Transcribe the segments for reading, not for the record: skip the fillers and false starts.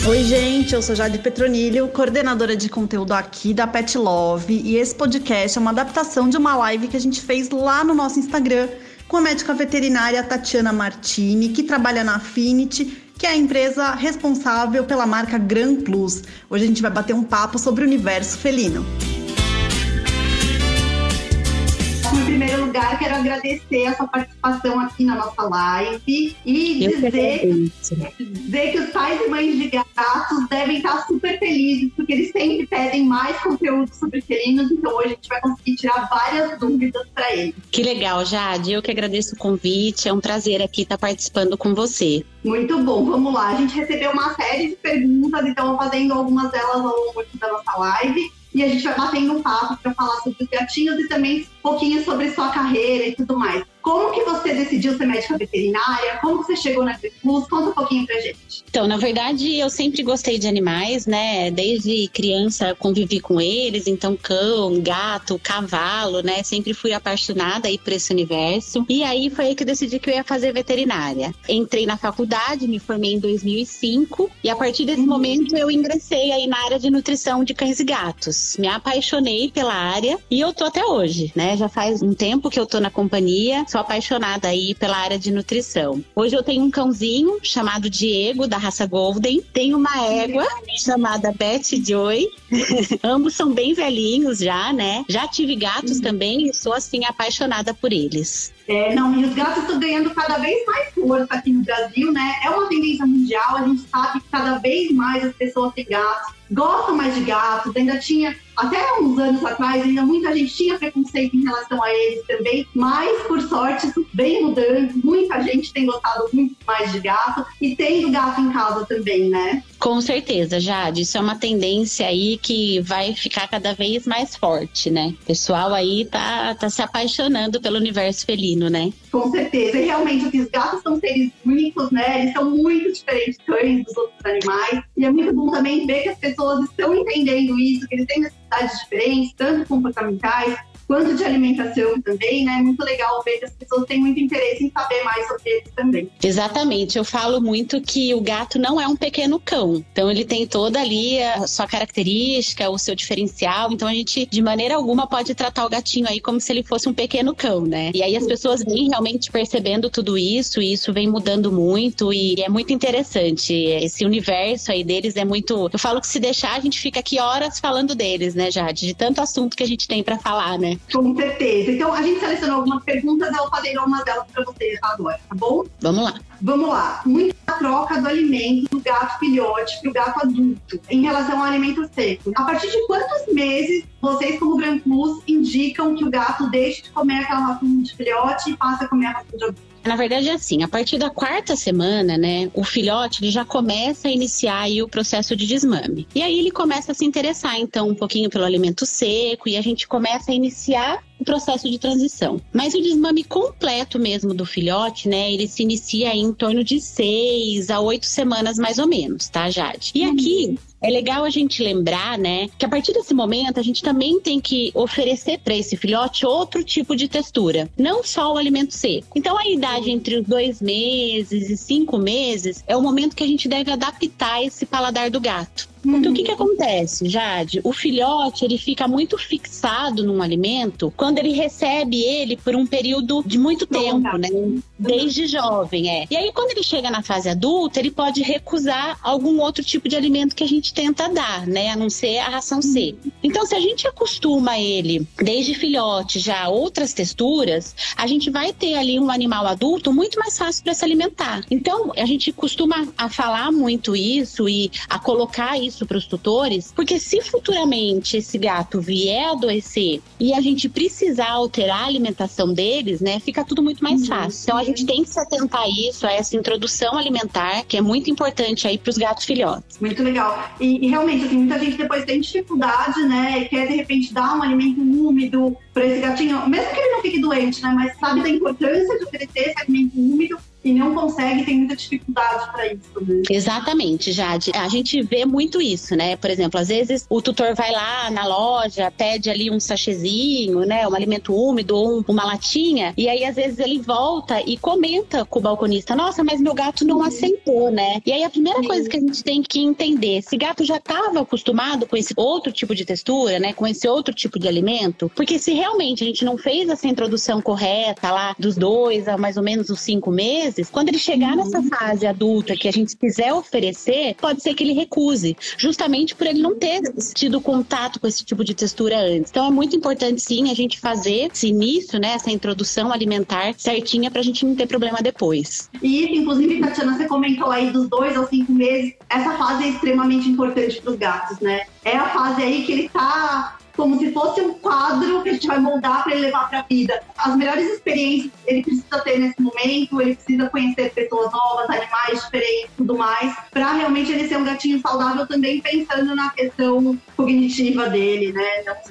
Oi, gente, eu sou Jade Petronilho, coordenadora de conteúdo aqui da Pet Love, e esse podcast é uma adaptação de uma live que a gente fez lá no nosso Instagram com a médica veterinária Tatiana Martini, que trabalha na Affinity, que é a empresa responsável pela marca Gran Plus. Hoje a gente vai bater um papo sobre o universo felino. Em primeiro lugar, quero agradecer a sua participação aqui na nossa live e dizer que os pais e mães de gatos devem estar super felizes, porque eles sempre pedem mais conteúdo sobre felinos, então hoje a gente vai conseguir tirar várias dúvidas para eles. Que legal, Jade, eu que agradeço o convite, é um prazer aqui estar participando com você. Muito bom, vamos lá, a gente recebeu uma série de perguntas, então eu vou fazendo algumas delas ao longo da nossa live. E a gente vai batendo um papo para falar sobre os gatinhos e também um pouquinho sobre sua carreira e tudo mais. Como que você decidiu ser médica veterinária? Como que você chegou na Gran Plus? Conta um pouquinho pra gente. Então, na verdade, eu sempre gostei de animais, né? Desde criança convivi com eles, então cão, gato, cavalo, né? Sempre fui apaixonada aí por esse universo. E aí foi aí que eu decidi que eu ia fazer veterinária. Entrei na faculdade, me formei em 2005 e a partir desse momento eu ingressei aí na área de nutrição de cães e gatos. Me apaixonei pela área e eu tô até hoje, né? Já faz um tempo que eu tô na companhia. Sou apaixonada aí pela área de nutrição. Hoje eu tenho um cãozinho chamado Diego, da raça Golden. Tenho uma égua chamada Betty Joy. Ambos são bem velhinhos já, né? Já tive gatos também e sou, assim, apaixonada por eles. E os gatos estão ganhando cada vez mais força aqui no Brasil, né? É uma tendência mundial, a gente sabe que cada vez mais as pessoas têm gatos, gostam mais de gatos, ainda tinha, até uns anos atrás, ainda muita gente tinha preconceito em relação a eles também, mas por sorte isso vem mudando, muita gente tem gostado muito mais de gato e tendo gato em casa também, né? Com certeza, Jade, isso é uma tendência aí que vai ficar cada vez mais forte, né? O pessoal aí tá se apaixonando pelo universo felino, né? Com certeza, e realmente os gatos são seres únicos, né? Eles são muito diferentes dos cães, dos outros animais, e é muito bom também ver que as pessoas estão entendendo isso, que eles têm necessidades diferentes, tanto comportamentais, quanto de alimentação também, né? Muito legal ver que as pessoas têm muito interesse em saber mais sobre eles também. Exatamente, eu falo muito que o gato não é um pequeno cão, então ele tem toda ali a sua característica, o seu diferencial, então a gente de maneira alguma pode tratar o gatinho aí como se ele fosse um pequeno cão, né? E aí as pessoas vêm realmente percebendo tudo isso, e isso vem mudando muito e é muito interessante. Esse universo aí deles é muito... Eu falo que se deixar a gente fica aqui horas falando deles, né, Jade? De tanto assunto que a gente tem pra falar, né? Com certeza. Então, a gente selecionou algumas perguntas, eu vou fazer algumas delas para você agora, tá bom? Vamos lá. Vamos lá. Muita troca do alimento do gato filhote para o gato adulto em relação ao alimento seco. A partir de quantos meses vocês, como Gran Plus, indicam que o gato deixe de comer aquela ração de filhote e passe a comer a ração de adulto? Na verdade é assim, a partir da 4ª semana, né, o filhote ele já começa a iniciar aí o processo de desmame. E aí ele começa a se interessar, então, um pouquinho pelo alimento seco e a gente começa a iniciar o processo de transição. Mas o desmame completo mesmo do filhote, né, ele se inicia aí em torno de 6 a 8 semanas mais ou menos, tá, Jade? E aqui... É legal a gente lembrar, né, que a partir desse momento a gente também tem que oferecer para esse filhote outro tipo de textura, não só o alimento seco. Então a idade entre os 2 meses e 5 meses é o momento que a gente deve adaptar esse paladar do gato. Porque o que acontece, Jade? O filhote, ele fica muito fixado num alimento quando ele recebe ele por um período de muito tempo, né? Desde jovem, E aí, quando ele chega na fase adulta, ele pode recusar algum outro tipo de alimento que a gente tenta dar, né? A não ser a ração seca. Então, se a gente acostuma ele, desde filhote, já a outras texturas, a gente vai ter ali um animal adulto muito mais fácil para se alimentar. Então, a gente costuma a falar muito isso e a colocar isso para os tutores, porque se futuramente esse gato vier a adoecer e a gente precisar alterar a alimentação deles, né, fica tudo muito mais fácil. Então a gente tem que se atentar a isso, a essa introdução alimentar, que é muito importante aí para os gatos filhotes. Muito legal. E realmente, assim, muita gente depois tem dificuldade, né, e quer de repente dar um alimento úmido para esse gatinho, mesmo que ele não fique doente, né, mas sabe da importância de oferecer esse alimento úmido e não consegue, tem muita dificuldade para isso, né? Exatamente, Jade. A gente vê muito isso, né? Por exemplo, às vezes o tutor vai lá na loja, pede ali um sachêzinho, né? Um alimento úmido ou uma latinha, e aí às vezes ele volta e comenta com o balconista: nossa, mas meu gato não aceitou, né? E aí a primeira coisa que a gente tem que entender, esse gato já estava acostumado com esse outro tipo de textura, né? Com esse outro tipo de alimento? Porque se realmente a gente não fez essa introdução correta lá dos 2 a mais ou menos os 5 meses, quando ele chegar nessa fase adulta que a gente quiser oferecer, pode ser que ele recuse, justamente por ele não ter tido contato com esse tipo de textura antes. Então é muito importante sim a gente fazer esse início, né? Essa introdução alimentar certinha pra gente não ter problema depois. E, inclusive, Tatiana, você comentou aí dos 2 aos 5 meses, essa fase é extremamente importante para os gatos, né? É a fase aí que ele tá como se fosse um quadro que a gente vai moldar para ele levar para a vida. As melhores experiências ele precisa ter nesse momento, ele precisa conhecer pessoas novas, animais diferentes, tudo mais, para realmente ele ser um gatinho saudável também, pensando na questão cognitiva dele, né?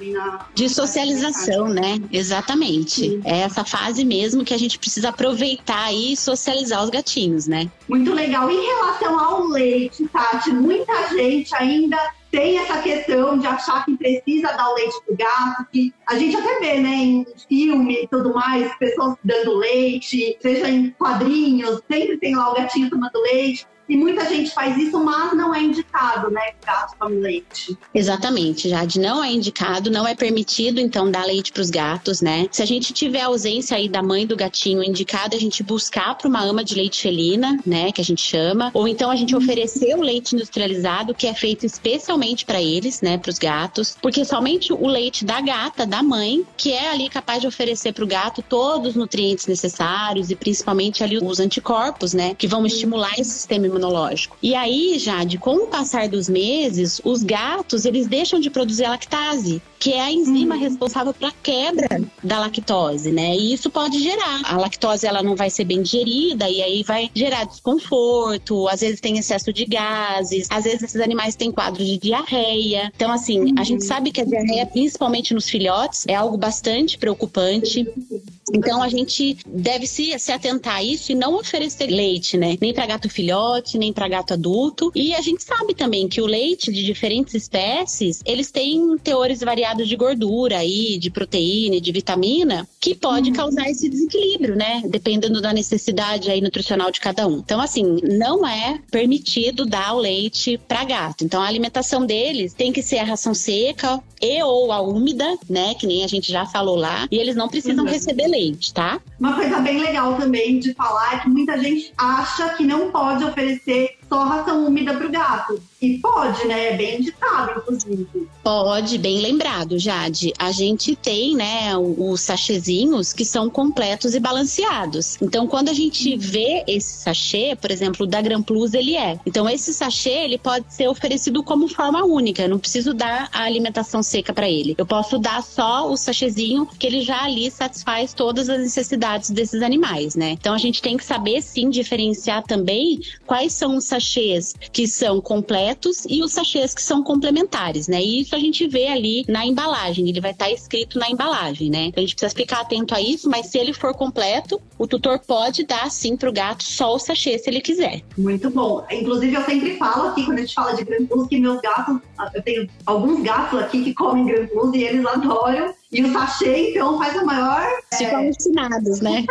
De socialização, né? Exatamente. Sim. É essa fase mesmo que a gente precisa aproveitar e socializar os gatinhos, né? Muito legal. Em relação ao leite, Tati, muita gente ainda tem essa questão de achar que precisa dar o leite pro gato, que a gente até vê, né, em filme e tudo mais, pessoas dando leite, seja em quadrinhos, sempre tem lá o gatinho tomando leite. E muita gente faz isso, mas não é indicado, né, que o gato tome leite. Exatamente, Jade. Não é indicado, não é permitido, então, dar leite para os gatos, né? Se a gente tiver ausência aí da mãe do gatinho, indicado a gente buscar para uma ama de leite felina, né, que a gente chama, ou então a gente oferecer o leite industrializado, que é feito especialmente para eles, né, para os gatos, porque somente o leite da gata, da mãe, que é ali capaz de oferecer para o gato todos os nutrientes necessários e principalmente ali os anticorpos, né, que vão estimular esse sistema imunológico. E aí, Jade, com o passar dos meses, os gatos, eles deixam de produzir a lactase, que é a enzima responsável pela quebra da lactose, né? E isso pode gerar. A lactose, ela não vai ser bem digerida e aí vai gerar desconforto, às vezes tem excesso de gases, às vezes esses animais têm quadro de diarreia. Então, assim, a gente sabe que a diarreia, principalmente nos filhotes, é algo bastante preocupante. Então, a gente deve se atentar a isso e não oferecer leite, né? Nem para gato filhote, nem para gato adulto. E a gente sabe também que o leite de diferentes espécies, eles têm teores variados de gordura aí, de proteína e de vitamina, que pode causar esse desequilíbrio, né? Dependendo da necessidade aí nutricional de cada um. Então, assim, não é permitido dar o leite para gato. Então, a alimentação deles tem que ser a ração seca e ou a úmida, né? Que nem a gente já falou lá. E eles não precisam receber leite, tá? Uma coisa bem legal também de falar é que muita gente acha que não pode oferecer só ração úmida pro gato. E pode, né? É bem indicado, inclusive. Pode, bem lembrado, Jade. A gente tem, né, os sachêzinhos que são completos e balanceados. Então, quando a gente vê esse sachê, por exemplo, o da Gran Plus, ele é. Então, esse sachê, ele pode ser oferecido como forma única. Eu não preciso dar a alimentação seca para ele. Eu posso dar só o sachêzinho, que ele já ali satisfaz todas as necessidades desses animais, né? Então, a gente tem que saber, sim, diferenciar também quais são os sachês que são completos e os sachês que são complementares, né? E isso a gente vê ali na embalagem, ele vai estar escrito na embalagem, né? Então a gente precisa ficar atento a isso, mas se ele for completo, o tutor pode dar sim pro gato só o sachê se ele quiser. Muito bom. Inclusive eu sempre falo aqui, quando a gente fala de Gran Plus, que meus gatos, eu tenho alguns gatos aqui que comem Gran Plus e eles adoram. E o sachê, então, faz a maior... Ficam alucinados, né?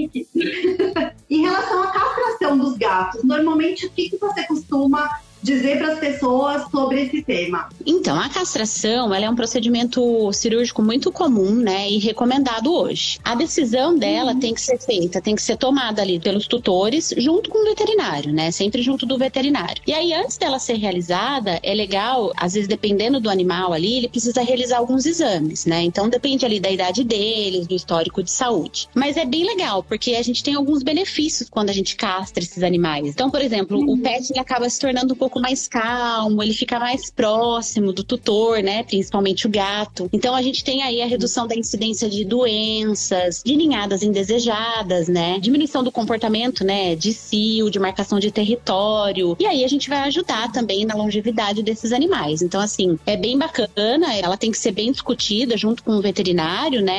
Em relação à castração dos gatos, normalmente o que você costuma dizer para as pessoas sobre esse tema? Então, a castração, ela é um procedimento cirúrgico muito comum, né, e recomendado hoje. A decisão dela tem que ser feita, tem que ser tomada ali pelos tutores, junto com o veterinário, né, sempre junto do veterinário. E aí, antes dela ser realizada, é legal, às vezes, dependendo do animal ali, ele precisa realizar alguns exames, né, então depende ali da idade deles, do histórico de saúde. Mas é bem legal, porque a gente tem alguns benefícios quando a gente castra esses animais. Então, por exemplo, o pet, ele acaba se tornando um pouco mais calmo, ele fica mais próximo do tutor, né? Principalmente o gato. Então a gente tem aí a redução da incidência de doenças, de ninhadas indesejadas, né? Diminuição do comportamento, né? De cio, de marcação de território. E aí a gente vai ajudar também na longevidade desses animais. Então, assim, é bem bacana, ela tem que ser bem discutida junto com o veterinário, né?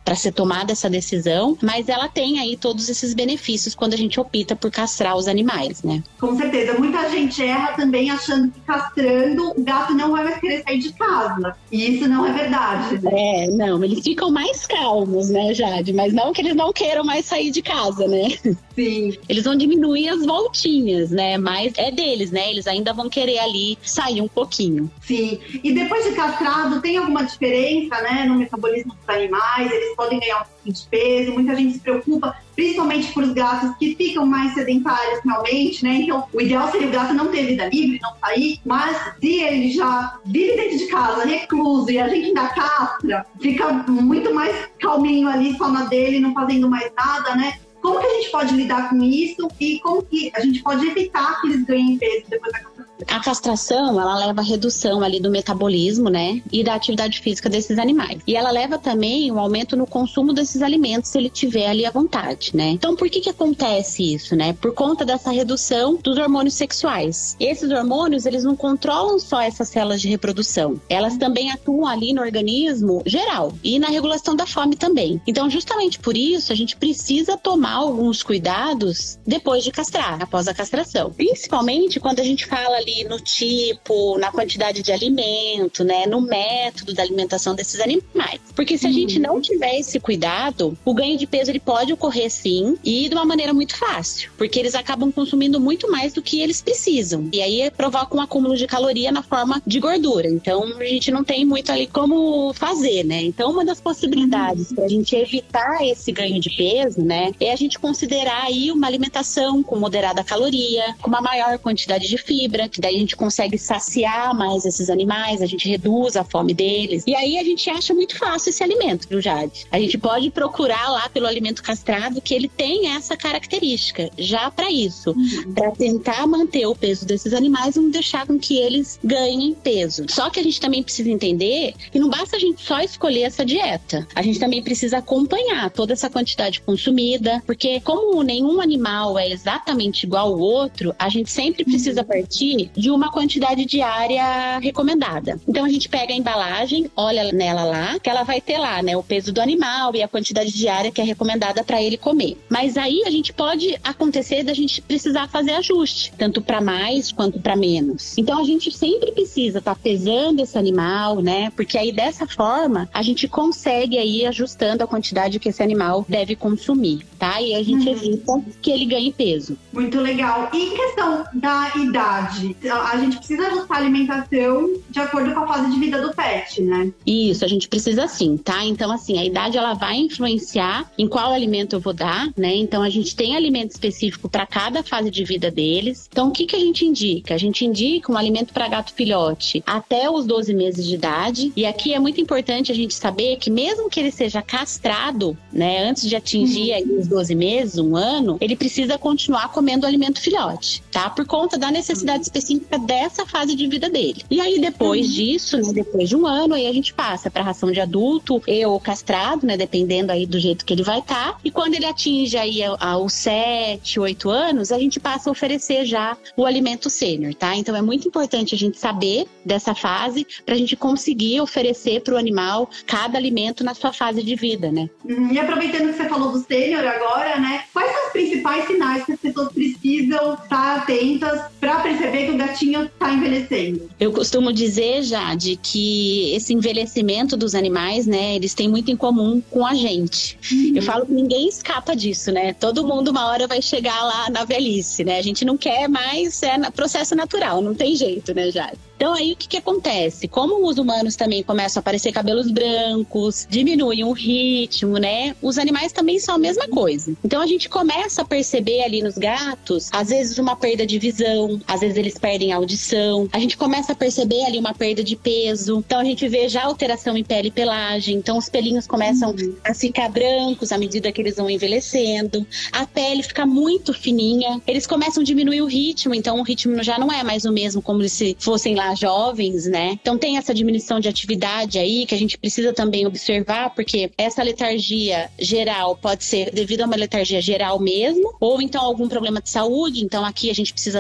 para ser tomada essa decisão, mas ela tem aí todos esses benefícios quando a gente opta por castrar os animais, né? Com certeza. Muita gente erra também achando que castrando o gato não vai mais querer sair de casa. E isso não é verdade, né? Não, eles ficam mais calmos, né, Jade? Mas não que eles não queiram mais sair de casa, né? Sim. Eles vão diminuir as voltinhas, né? Mas é deles, né? Eles ainda vão querer ali sair um pouquinho. Sim. E depois de castrado, tem alguma diferença, né, no metabolismo dos animais? Eles podem ganhar um pouquinho de peso. Muita gente se preocupa, principalmente por os gatos que ficam mais sedentários realmente, né? Então, o ideal seria o gato não ter vida livre, não sair. Mas se ele já vive dentro de casa, recluso, e a gente ainda castra, fica muito mais calminho ali, só na dele, não fazendo mais nada, né? Como que a gente pode lidar com isso e como que a gente pode evitar que eles ganhem peso depois da castração? A castração, ela leva a redução ali do metabolismo, né, e da atividade física desses animais. E ela leva também um aumento no consumo desses alimentos se ele tiver ali à vontade, né? Então, por que acontece isso, né? Por conta dessa redução dos hormônios sexuais. Esses hormônios, eles não controlam só essas células de reprodução. Elas também atuam ali no organismo geral e na regulação da fome também. Então, justamente por isso, a gente precisa tomar alguns cuidados depois de castrar, após a castração. Principalmente quando a gente fala ali no tipo, na quantidade de alimento, né, no método da alimentação desses animais. Porque se a gente não tiver esse cuidado, o ganho de peso ele pode ocorrer sim e de uma maneira muito fácil, porque eles acabam consumindo muito mais do que eles precisam. E aí provoca um acúmulo de caloria na forma de gordura. Então a gente não tem muito ali como fazer, né? Então uma das possibilidades para a gente evitar esse ganho de peso, né, é a gente considerar aí uma alimentação com moderada caloria, com uma maior quantidade de fibra, que daí a gente consegue saciar mais esses animais, a gente reduz a fome deles. E aí a gente acha muito fácil esse alimento, viu, Jade? A gente pode procurar lá pelo alimento castrado que ele tem essa característica, já para isso, para tentar manter o peso desses animais e não deixar com que eles ganhem peso. Só que a gente também precisa entender que não basta a gente só escolher essa dieta. A gente também precisa acompanhar toda essa quantidade consumida, porque como nenhum animal é exatamente igual ao outro, a gente sempre precisa partir de uma quantidade diária recomendada. Então a gente pega a embalagem, olha nela lá, que ela vai ter lá, né, o peso do animal e a quantidade diária que é recomendada para ele comer. Mas aí a gente pode acontecer da gente precisar fazer ajuste, tanto para mais quanto para menos. Então a gente sempre precisa estar pesando esse animal, né, porque aí dessa forma a gente consegue aí ajustando a quantidade que esse animal deve consumir, tá? E a gente evita que ele ganhe peso. Muito legal. E em questão da idade, a gente precisa ajustar a alimentação de acordo com a fase de vida do pet, né? Isso, a gente precisa sim, tá? Então, assim, a idade ela vai influenciar em qual alimento eu vou dar, né? Então, a gente tem alimento específico para cada fase de vida deles. Então, o que a gente indica? A gente indica um alimento para gato filhote até os 12 meses de idade. E aqui é muito importante a gente saber que mesmo que ele seja castrado, né, antes de atingir aí os 12 meses, um ano, ele precisa continuar comendo o alimento filhote, tá? Por conta da necessidade específica dessa fase de vida dele. E aí, depois disso, né, depois de um ano, aí a gente passa para ração de adulto ou castrado, né, dependendo aí do jeito que ele vai estar. E quando ele atinge aí aos 7, 8 anos, a gente passa a oferecer já o alimento sênior, tá? Então é muito importante a gente saber dessa fase para a gente conseguir oferecer para o animal cada alimento na sua fase de vida, né? E aproveitando que você falou do sênior agora, né? Quais são os principais sinais que as pessoas precisam estar atentas para perceber que o gatinho está envelhecendo? Eu costumo dizer, Jade, que esse envelhecimento dos animais, né, eles têm muito em comum com a gente. Eu falo que ninguém escapa disso, né? Todo mundo uma hora vai chegar lá na velhice, né? A gente não quer mais, processo natural, não tem jeito, né, Jade? Então aí o que acontece? Como os humanos também começam a aparecer cabelos brancos, diminuem o ritmo, né? Os animais também são a mesma coisa. Então a gente começa a perceber ali nos gatos, às vezes uma perda de visão, às vezes eles perdem a audição. A gente começa a perceber ali uma perda de peso. Então a gente vê já alteração em pele e pelagem. Então os pelinhos começam a ficar brancos à medida que eles vão envelhecendo. A pele fica muito fininha. Eles começam a diminuir o ritmo. Então o ritmo já não é mais o mesmo como se fossem lá jovens, né? Então tem essa diminuição de atividade aí que a gente precisa também observar, porque essa letargia geral pode ser devido a uma letargia geral mesmo, ou então algum problema de saúde. Então aqui a gente precisa tomar um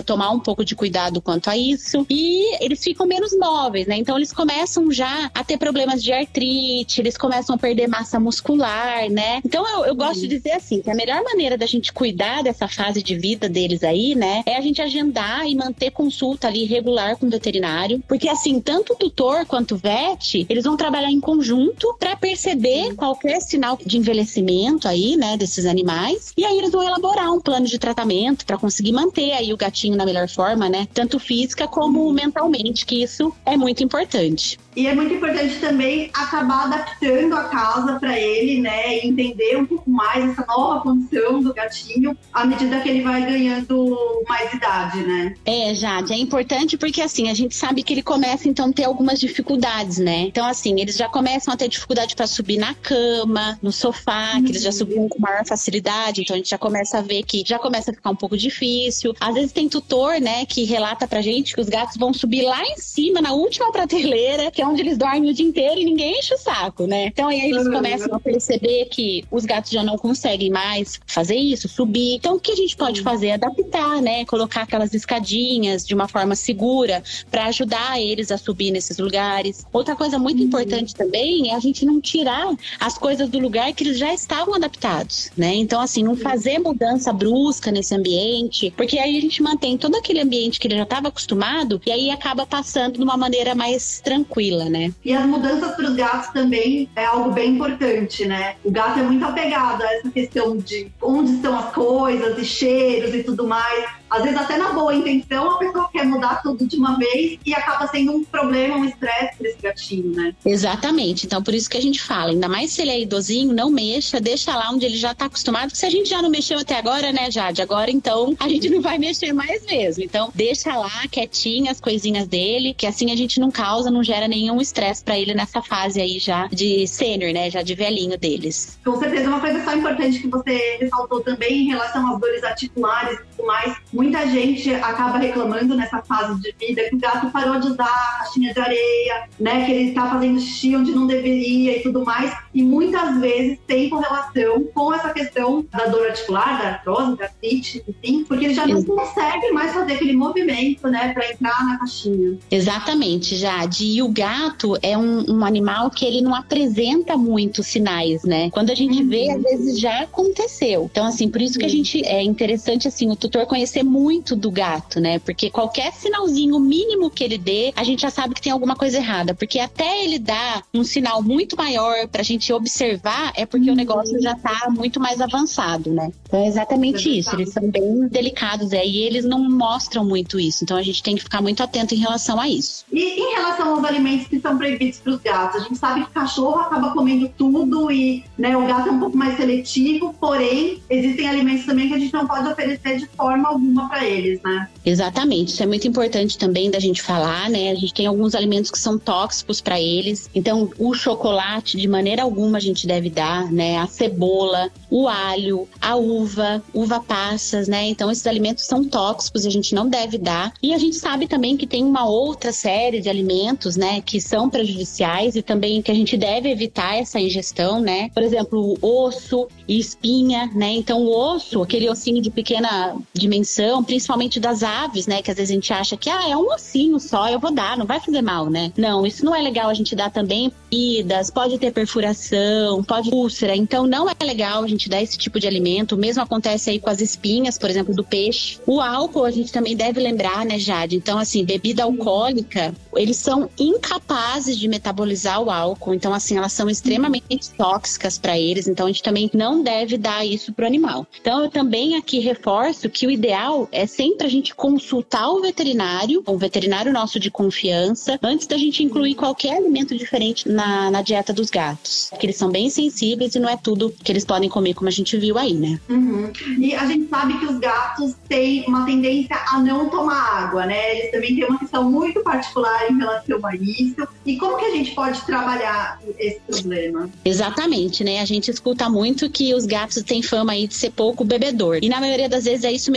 pouco de cuidado quanto a isso. E eles ficam menos móveis, né? Então eles começam já a ter problemas de artrite, eles começam a perder massa muscular, né? Então eu gosto de dizer assim, que a melhor maneira da gente cuidar dessa fase de vida deles aí, né, é a gente agendar e manter consulta ali regular com o veterinário, porque assim, tanto o tutor quanto o vet, eles vão trabalhar em conjunto para perceber qualquer sinal de envelhecimento aí, né, desses animais, e aí eles vão elaborar um plano de tratamento para conseguir manter aí o gatinho na melhor forma, né, tanto física como mentalmente, que isso é muito importante. E é muito importante também acabar adaptando a casa para ele, né? E entender um pouco mais essa nova condição do gatinho à medida que ele vai ganhando mais idade, né? Jade, é importante porque assim, a gente sabe que ele começa então a ter algumas dificuldades, né? Então assim, eles já começam a ter dificuldade para subir na cama, no sofá, que eles já subiam com maior facilidade, então a gente já começa a ver que já começa a ficar um pouco difícil. Às vezes tem tutor, né, que relata pra gente que os gatos vão subir lá em cima, na última prateleira, que é onde eles dormem o dia inteiro e ninguém enche o saco, né? Então aí eles começam a perceber que os gatos já não conseguem mais fazer isso, subir. Então o que a gente pode fazer? Adaptar, né? Colocar aquelas escadinhas de uma forma segura para ajudar eles a subir nesses lugares. Outra coisa muito importante também é a gente não tirar as coisas do lugar que eles já estavam adaptados, né? Então assim, não fazer mudança brusca nesse ambiente, porque aí a gente mantém todo aquele ambiente que ele já estava acostumado e aí acaba passando de uma maneira mais tranquila, né? E as mudanças para os gatos também é algo bem importante, né? O gato é muito apegado a essa questão de onde estão as coisas e cheiros e tudo mais. Às vezes até na boa intenção a pessoa quer mudar tudo de uma vez e acaba sendo um problema, um estresse para esse gatinho, né? Exatamente. Então por isso que a gente fala, ainda mais se ele é idosinho, não mexa, deixa lá onde ele já está acostumado. Se a gente já não mexeu até agora, né, Jade? Agora então a gente não vai mexer mais mesmo. Então deixa lá quietinho as coisinhas dele, que assim a gente não causa, não gera nenhum estresse para ele nessa fase aí já de sênior, né? Já de velhinho deles. Com certeza, uma coisa só importante que você ressaltou também em relação às dores articulares e tudo mais. Muita gente acaba reclamando nessa fase de vida que o gato parou de usar a caixinha de areia, né? Que ele tá fazendo xixi onde não deveria e tudo mais. E muitas vezes tem correlação com essa questão da dor articular, da artrose, da artrite, enfim, porque ele já não consegue mais fazer aquele movimento, né? Pra entrar na caixinha. Exatamente, Jade. E o gato é um animal que ele não apresenta muitos sinais, né? Quando a gente vê, às vezes já aconteceu. Então, assim, por isso que a gente é interessante, assim, o tutor conhecer muito do gato, né? Porque qualquer sinalzinho mínimo que ele dê, a gente já sabe que tem alguma coisa errada. Porque até ele dar um sinal muito maior pra gente observar, é porque o negócio já tá muito mais avançado, né? Então é exatamente isso. Eles são bem delicados, e eles não mostram muito isso. Então a gente tem que ficar muito atento em relação a isso. E em relação aos alimentos que são proibidos para os gatos, a gente sabe que o cachorro acaba comendo tudo e, né, o gato é um pouco mais seletivo, porém, existem alimentos também que a gente não pode oferecer de forma alguma para eles, né? Exatamente, isso é muito importante também da gente falar, né? A gente tem alguns alimentos que são tóxicos para eles, então o chocolate de maneira alguma a gente deve dar, né? A cebola, o alho, a uva passas, né? Então esses alimentos são tóxicos e a gente não deve dar. E a gente sabe também que tem uma outra série de alimentos, né, que são prejudiciais e também que a gente deve evitar essa ingestão, né? Por exemplo, o osso e espinha, né? Então o osso, aquele ossinho de pequena dimensão, principalmente das aves, né, que às vezes a gente acha que é um ossinho só, eu vou dar, não vai fazer mal, né? Não, isso não é legal a gente dar também. Feridas, pode ter perfuração, pode úlcera, então não é legal a gente dar esse tipo de alimento. O mesmo acontece aí com as espinhas, por exemplo, do peixe. O álcool a gente também deve lembrar, né, Jade? Então, assim, bebida alcoólica, eles são incapazes de metabolizar o álcool, então, assim, elas são extremamente tóxicas para eles, então a gente também não deve dar isso pro animal. Então, eu também aqui reforço que o ideal é sempre a gente consultar o veterinário nosso de confiança, antes da gente incluir qualquer alimento diferente na dieta dos gatos, porque eles são bem sensíveis e não é tudo que eles podem comer, como a gente viu aí, né? Uhum. E a gente sabe que os gatos têm uma tendência a não tomar água, né? Eles também têm uma questão muito particular em relação a isso. E como que a gente pode trabalhar esse problema? Exatamente, né? A gente escuta muito que os gatos têm fama aí de ser pouco bebedor. E na maioria das vezes é isso mesmo que acontece.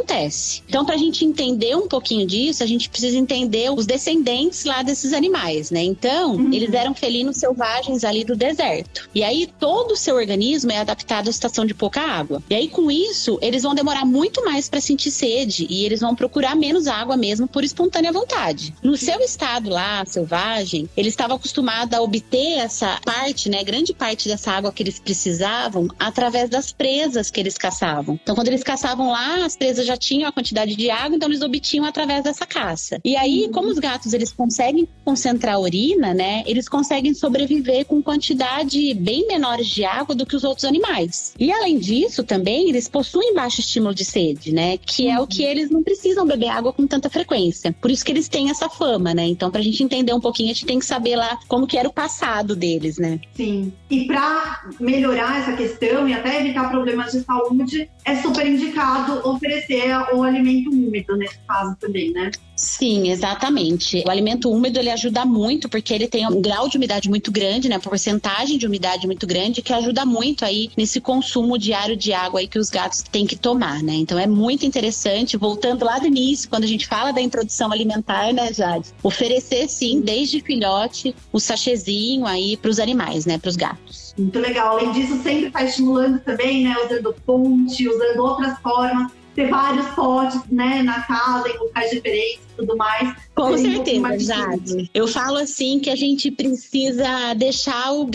acontece. Então, para a gente entender um pouquinho disso, a gente precisa entender os descendentes lá desses animais, né? Então, eles eram felinos selvagens ali do deserto. E aí, todo o seu organismo é adaptado à situação de pouca água. E aí, com isso, eles vão demorar muito mais para sentir sede e eles vão procurar menos água mesmo por espontânea vontade. No seu estado lá, selvagem, ele estava acostumado a obter essa parte, né, grande parte dessa água que eles precisavam através das presas que eles caçavam. Então, quando eles caçavam lá, as presas já tinham a quantidade de água, então eles obtinham através dessa caça. E aí, como os gatos, eles conseguem concentrar a urina, né, eles conseguem sobreviver com quantidade bem menores de água do que os outros animais. E além disso, também, eles possuem baixo estímulo de sede, né, que é o que eles não precisam beber água com tanta frequência. Por isso que eles têm essa fama, né? Então, pra gente entender um pouquinho, a gente tem que saber lá como que era o passado deles, né? Sim. E pra melhorar essa questão e até evitar problemas de saúde, é super indicado oferecer o alimento úmido nesse caso também, né? Sim, exatamente. O alimento úmido, ele ajuda muito porque ele tem um grau de umidade muito grande, né? Uma porcentagem de umidade muito grande que ajuda muito aí nesse consumo diário de água aí que os gatos têm que tomar, né? Então é muito interessante, voltando lá do início, quando a gente fala da introdução alimentar, né, Jade? Oferecer, sim, desde filhote, o sachêzinho aí pros animais, né? Pros gatos. Muito legal. Além disso, sempre está estimulando também, né? Usando ponte, usando outras formas. Ter vários potes, né, na casa, em locais diferentes e tudo mais. Com certeza, Jade. Eu falo assim que a gente precisa deixar o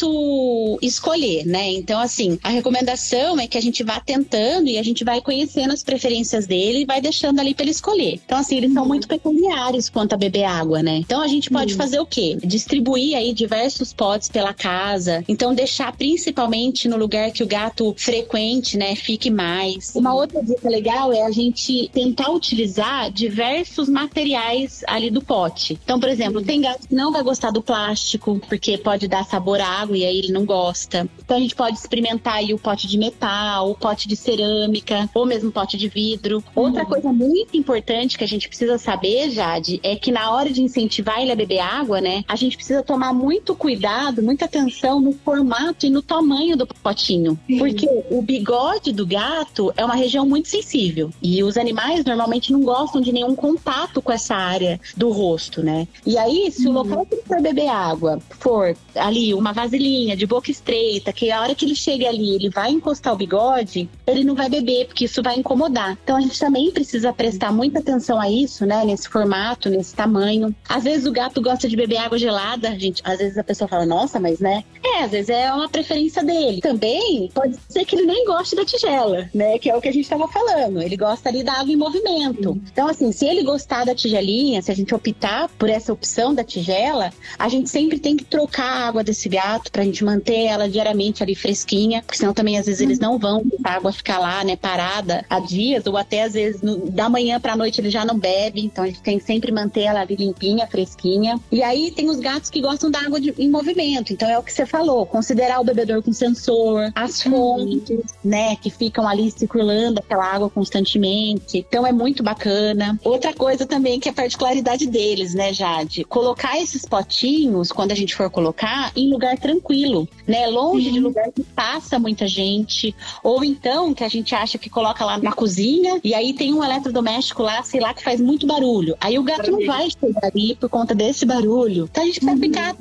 gato escolher, né? Então, assim, a recomendação é que a gente vá tentando e a gente vai conhecendo as preferências dele e vai deixando ali para ele escolher. Então, assim, eles são muito peculiares quanto a beber água, né? Então, a gente pode fazer o quê? Distribuir aí diversos potes pela casa. Então, deixar principalmente no lugar que o gato frequente, né? Fique mais. Uma outra dica legal é a gente tentar utilizar diversos materiais ali do pote. Então, por exemplo, tem gato que não vai gostar do plástico, porque pode dar sabor à água e aí ele não gosta. Então, a gente pode experimentar aí o pote de metal, o pote de cerâmica, ou mesmo pote de vidro. Outra coisa muito importante que a gente precisa saber, Jade, é que na hora de incentivar ele a beber água, né, a gente precisa tomar muito cuidado, muita atenção no formato e no tamanho do potinho. Porque o bigode do gato é uma região muito sensível. E os animais normalmente não gostam de nenhum contato com essa área do rosto, né? E aí, se o local que ele for beber água for ali uma vasilhinha de boca estreita, que a hora que ele chega ali, ele vai encostar o bigode, ele não vai beber, porque isso vai incomodar. Então, a gente também precisa prestar muita atenção a isso, né? Nesse formato, nesse tamanho. Às vezes, o gato gosta de beber água gelada. Gente, às vezes a pessoa fala, nossa, mas né? Às vezes é uma preferência dele. Também pode ser que ele nem goste da tigela, né? Que é o que a gente estava falando. Ele gosta ali da água em movimento. Então, assim, se ele gostar da tigelinha, se a gente optar por essa opção da tigela, a gente sempre tem que trocar a água desse gato pra gente manter ela diariamente ali fresquinha, porque senão também às vezes eles não vão deixar a água ficar lá, né, parada há dias, ou até às vezes da manhã pra noite ele já não bebe, então a gente tem que sempre manter ela ali limpinha, fresquinha. E aí tem os gatos que gostam da água em movimento, então é o que você falou, considerar o bebedor com sensor, as fontes, né, que ficam ali circulando aquela água constantemente, então é muito bacana. Outra coisa também que é a particularidade deles, né, Jade? Colocar esses potinhos, quando a gente for colocar, em lugar tranquilo, né? Longe de lugar que passa muita gente. Ou então, que a gente acha que coloca lá na cozinha, e aí tem um eletrodoméstico lá, sei lá, que faz muito barulho. Aí o gato não vai chegar ali por conta desse barulho. Então a gente precisa ficar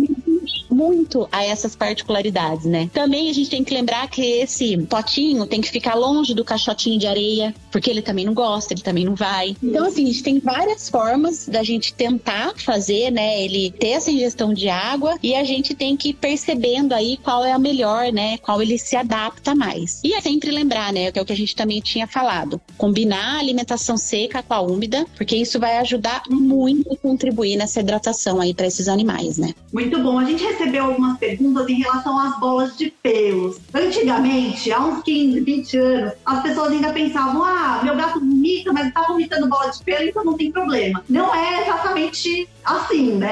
muito a essas particularidades, né? Também a gente tem que lembrar que esse potinho tem que ficar longe do caixotinho de areia, porque ele também não gosta, ele também não vai. Então, assim, a gente tem várias formas da gente tentar fazer, né, ele ter essa ingestão de água, e a gente tem que ir percebendo aí qual é a melhor, né, qual ele se adapta mais. E é sempre lembrar, né, que é o que a gente também tinha falado, combinar a alimentação seca com a úmida, porque isso vai ajudar muito a contribuir nessa hidratação aí para esses animais, né? Muito bom. A gente recebeu algumas perguntas em relação às bolas de pelos. Antigamente, há uns 15, 20 anos, as pessoas ainda pensavam, meu gato vomita, mas tá vomitando bola de pelo, então não tem problema. Não é exatamente assim, né?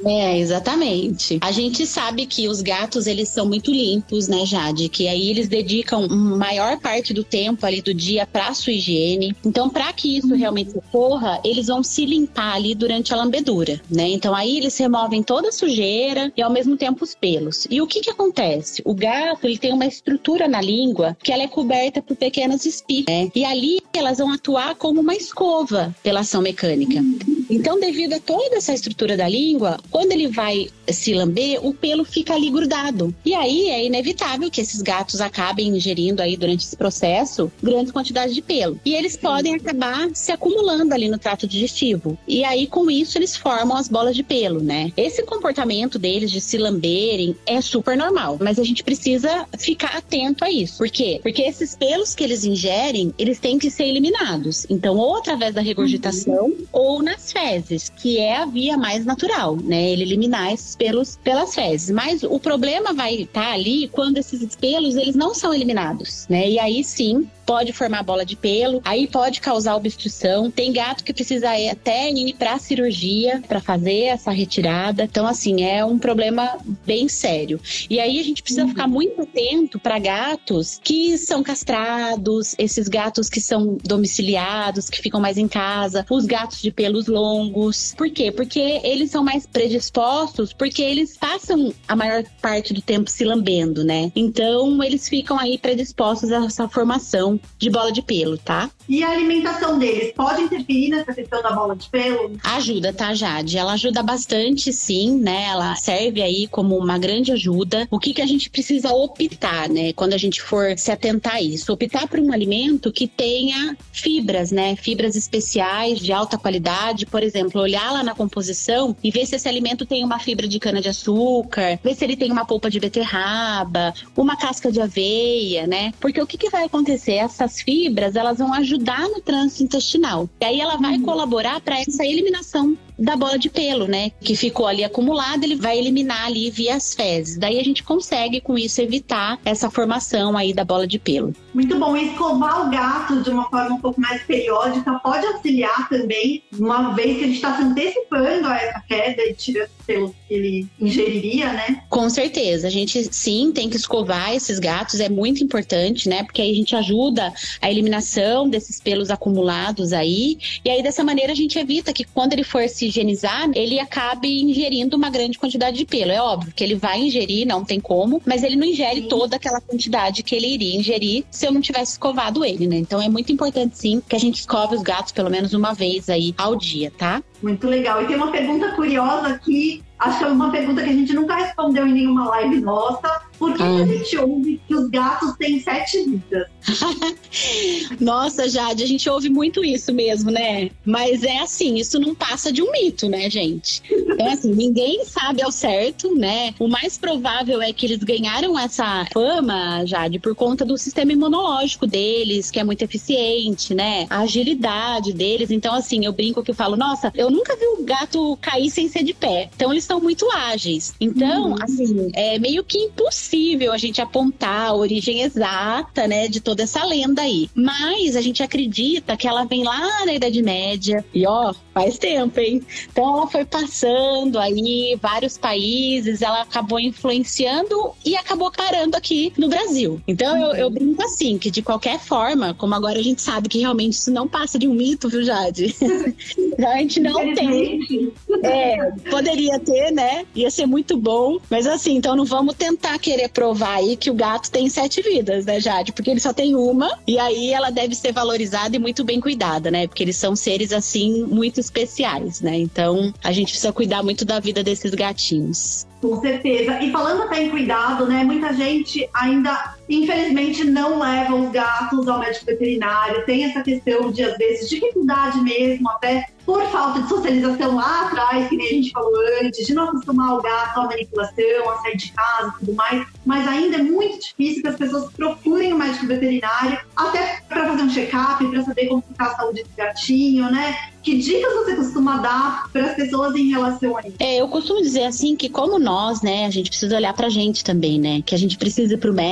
Exatamente. A gente sabe que os gatos, eles são muito limpos, né, Jade? Que aí eles dedicam maior parte do tempo ali do dia pra sua higiene. Então, pra que isso realmente ocorra, eles vão se limpar ali durante a lambedura, né? Então, aí eles removem toda a sujeira e, ao mesmo tempo, os pelos. E o que acontece? O gato, ele tem uma estrutura na língua que ela é coberta por pequenas espinhas, né? E ali elas vão atuar como uma escova pela ação mecânica. Então, devido a toda essa estrutura da língua, quando ele vai se lamber, o pelo fica ali grudado. E aí é inevitável que esses gatos acabem ingerindo aí durante esse processo grandes quantidades de pelo. E eles podem acabar se acumulando ali no trato digestivo. E aí, com isso, eles formam as bolas de pelo, né? Esse comportamento deles de se lamberem é super normal, mas a gente precisa ficar atento a isso. Por quê? Porque esses pelos que eles ingerem, eles têm que ser eliminados. Então, ou através da regurgitação ou nas fezes, que é a via mais natural, né? Ele eliminar esses pelos pelas fezes. Mas o problema vai estar ali quando esses pelos, eles não são eliminados, né? E aí sim, pode formar bola de pelo, aí pode causar obstrução. Tem gato que precisa até ir para cirurgia para fazer essa retirada. Então, assim, é um problema bem sério. E aí a gente precisa ficar muito atento para gatos que são castrados, esses gatos que são domiciliados, que ficam mais em casa, os gatos de pelos longos. Por quê? Porque eles são mais predispostos, porque eles passam a maior parte do tempo se lambendo, né? Então, eles ficam aí predispostos a essa formação de bola de pelo, tá? E a alimentação deles pode interferir nessa questão da bola de pelo? Ajuda, tá, Jade? Ela ajuda bastante, sim, né? Ela serve aí como uma grande ajuda. O que a gente precisa optar, né? Quando a gente for se atentar a isso? Optar por um alimento que tenha fibras, né? Fibras especiais, de alta qualidade. Por exemplo, olhar lá na composição e ver se esse alimento tem uma fibra de cana-de-açúcar, ver se ele tem uma polpa de beterraba, uma casca de aveia, né? Porque o que vai acontecer? Essas fibras, elas vão ajudar no trânsito intestinal. E aí ela vai colaborar para essa eliminação da bola de pelo, né? Que ficou ali acumulada, ele vai eliminar ali via as fezes. Daí a gente consegue, com isso, evitar essa formação aí da bola de pelo. Muito bom. E escovar o gato de uma forma um pouco mais periódica pode auxiliar também, uma vez que a gente está se antecipando a essa queda e tirando os pelos que ele ingeriria, né? Com certeza. A gente, sim, tem que escovar esses gatos. É muito importante, né? Porque aí a gente ajuda a eliminação desses pelos acumulados aí. E aí, dessa maneira, a gente evita que quando ele for se higienizar, ele acabe ingerindo uma grande quantidade de pelo. É óbvio que ele vai ingerir, não tem como, mas ele não ingere toda aquela quantidade que ele iria ingerir se eu não tivesse escovado ele, né? Então é muito importante, sim, que a gente escove os gatos pelo menos uma vez aí ao dia, tá? Muito legal. E tem uma pergunta curiosa aqui, acho que é uma pergunta que a gente nunca respondeu em nenhuma live nossa. Por que a gente ouve que os gatos têm 7 vidas? Nossa, Jade, a gente ouve muito isso mesmo, né? Mas é assim, isso não passa de um mito, né, gente? Então, assim, ninguém sabe ao certo, né? O mais provável é que eles ganharam essa fama, Jade, por conta do sistema imunológico deles, que é muito eficiente, né? A agilidade deles. Então, assim, eu brinco que eu falo, nossa, eu nunca vi um gato cair sem ser de pé. Então, eles são muito ágeis. Então, assim, é meio que impossível a gente apontar a origem exata, né, de toda essa lenda aí. Mas a gente acredita que ela vem lá na Idade Média e, ó, faz tempo, hein? Então ela foi passando aí vários países, ela acabou influenciando e acabou parando aqui no Brasil. Então eu brinco assim, que de qualquer forma, como agora a gente sabe que realmente isso não passa de um mito, viu, Jade? A gente não tem. Poderia ter, né? Ia ser muito bom. Mas assim, então não vamos tentar querer provar aí que o gato tem 7 vidas, né, Jade? Porque ele só tem uma e aí ela deve ser valorizada e muito bem cuidada, né? Porque eles são seres, assim, muito especiais, né? Então a gente precisa cuidar muito da vida desses gatinhos. Com certeza. E falando até em cuidado, né? Muita gente ainda, infelizmente, não leva os gatos ao médico veterinário. Tem essa questão de, às vezes, dificuldade mesmo, até por falta de socialização lá atrás, que nem a gente falou antes, de não acostumar o gato à manipulação, a sair de casa e tudo mais. Mas ainda é muito difícil que as pessoas procurem o médico veterinário, até para fazer um check-up, para saber como está a saúde do gatinho, né? Que dicas você costuma dar para as pessoas em relação a isso? Eu costumo dizer assim que como nós, né, a gente precisa olhar pra gente também, né? Que a gente precisa ir pro médico,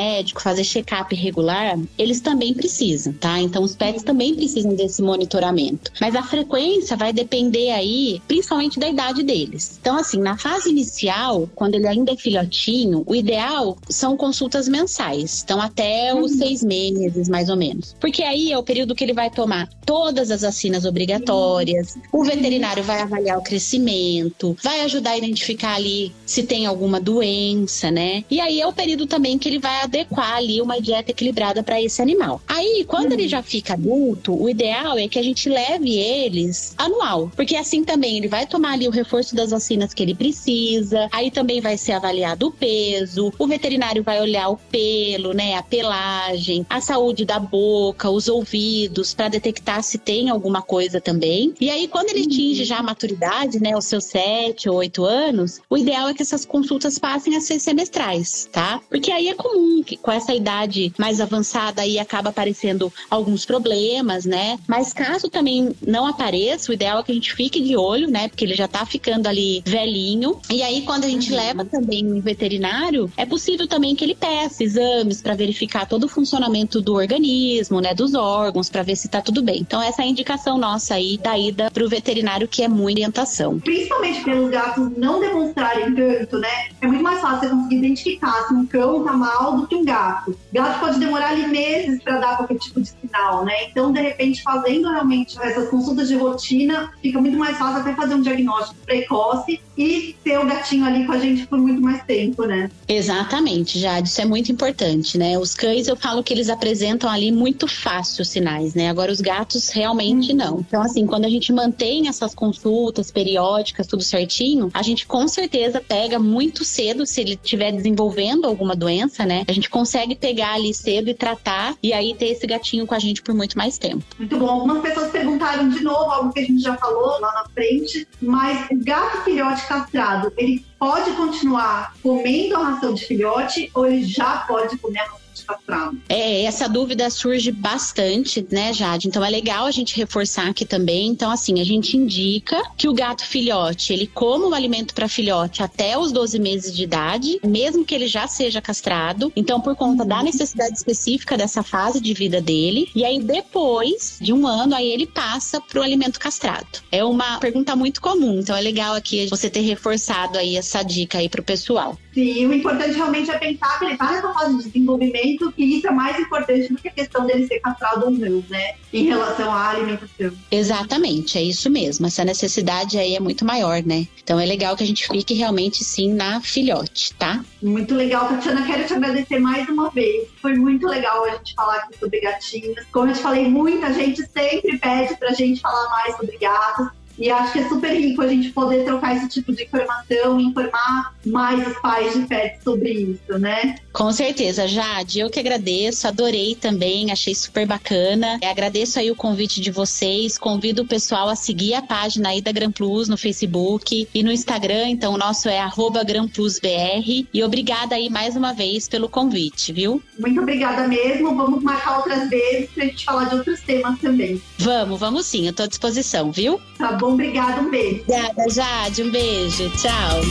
fazer check-up regular, eles também precisam, tá? Então os pets também precisam desse monitoramento. Mas a frequência vai depender aí, principalmente da idade deles. Então assim, na fase inicial, quando ele ainda é filhotinho, o ideal são consultas mensais. Então até os 6 meses, mais ou menos. Porque aí é o período que ele vai tomar todas as vacinas obrigatórias, o veterinário vai avaliar o crescimento, vai ajudar a identificar ali se tem alguma doença, né? E aí é o período também que ele vai adequar ali uma dieta equilibrada para esse animal. Aí, quando ele já fica adulto, o ideal é que a gente leve eles anual, porque assim também ele vai tomar ali o reforço das vacinas que ele precisa, aí também vai ser avaliado o peso, o veterinário vai olhar o pelo, né, a pelagem, a saúde da boca, os ouvidos, para detectar se tem alguma coisa também. E aí, quando ele atinge já a maturidade, né, os seus 7 ou 8 anos, o ideal é que essas consultas passem a ser semestrais, tá? Porque aí é comum que com essa idade mais avançada aí acaba aparecendo alguns problemas, né? Mas caso também não apareça, o ideal é que a gente fique de olho, né? Porque ele já tá ficando ali velhinho. E aí, quando a gente leva também no veterinário, é possível também que ele peça exames para verificar todo o funcionamento do organismo, né? Dos órgãos, para ver se tá tudo bem. Então, essa é a indicação nossa aí da ida pro veterinário, que é muita orientação. Principalmente pelos gatos não demonstrarem tanto, né? É muito mais fácil você conseguir identificar se um cão tá mal do que um gato. O gato pode demorar ali meses para dar qualquer tipo de sinal, né? Então, de repente, fazendo realmente essas consultas de rotina, fica muito mais fácil até fazer um diagnóstico precoce e ter o gatinho ali com a gente por muito mais tempo, né? Exatamente, Jade, isso é muito importante, né? Os cães, eu falo que eles apresentam ali muito fácil os sinais, né? Agora, os gatos realmente não. Então, assim, quando a gente mantém essas consultas periódicas, tudo certinho, a gente com certeza pega muito cedo, se ele estiver desenvolvendo alguma doença, né? A gente consegue pegar ali cedo e tratar, e aí ter esse gatinho com a gente por muito mais tempo. Muito bom. Algumas pessoas perguntaram de novo algo que a gente já falou lá na frente, mas o gato filhote castrado, ele pode continuar comendo a ração de filhote ou ele já pode comer a ração de castrado? Essa dúvida surge bastante, né, Jade? Então é legal a gente reforçar aqui também. Então, assim, a gente indica que o gato filhote, ele coma o alimento para filhote até os 12 meses de idade, mesmo que ele já seja castrado. Então, por conta da necessidade específica dessa fase de vida dele. E aí, depois de 1 ano, aí ele passa pro alimento castrado. É uma pergunta muito comum. Então, é legal aqui você ter reforçado aí essa dica aí pro pessoal. Sim, o importante realmente é pensar que ele tá nessa fase de desenvolvimento, que isso é mais importante do que a questão dele ser castrado ou não, né? Em relação à alimentação. Exatamente, é isso mesmo. Essa necessidade aí é muito maior, né? Então é legal que a gente fique realmente sim na filhote, tá? Muito legal, Tatiana, quero te agradecer mais uma vez. Foi muito legal a gente falar aqui sobre gatinhos. Como eu te falei, muita gente sempre pede pra gente falar mais sobre gatos. E acho que é super rico a gente poder trocar esse tipo de informação e informar mais os pais de pets sobre isso, né? Com certeza, Jade, eu que agradeço, adorei também, achei super bacana. Agradeço aí o convite de vocês, convido o pessoal a seguir a página aí da GramPlus no Facebook e no Instagram, então o nosso é @GramPlusBR. E obrigada aí mais uma vez pelo convite, viu? Muito obrigada mesmo, vamos marcar outras vezes pra gente falar de outros temas também. Vamos sim, eu tô à disposição, viu? Tá bom, obrigada, um beijo. Obrigada, Jade, um beijo, tchau.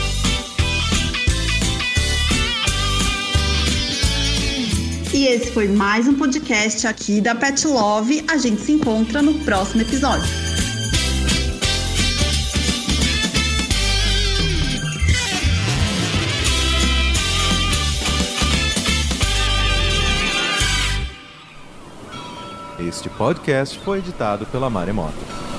E esse foi mais um podcast aqui da Pet Love. A gente se encontra no próximo episódio. Este podcast foi editado pela Maremoto.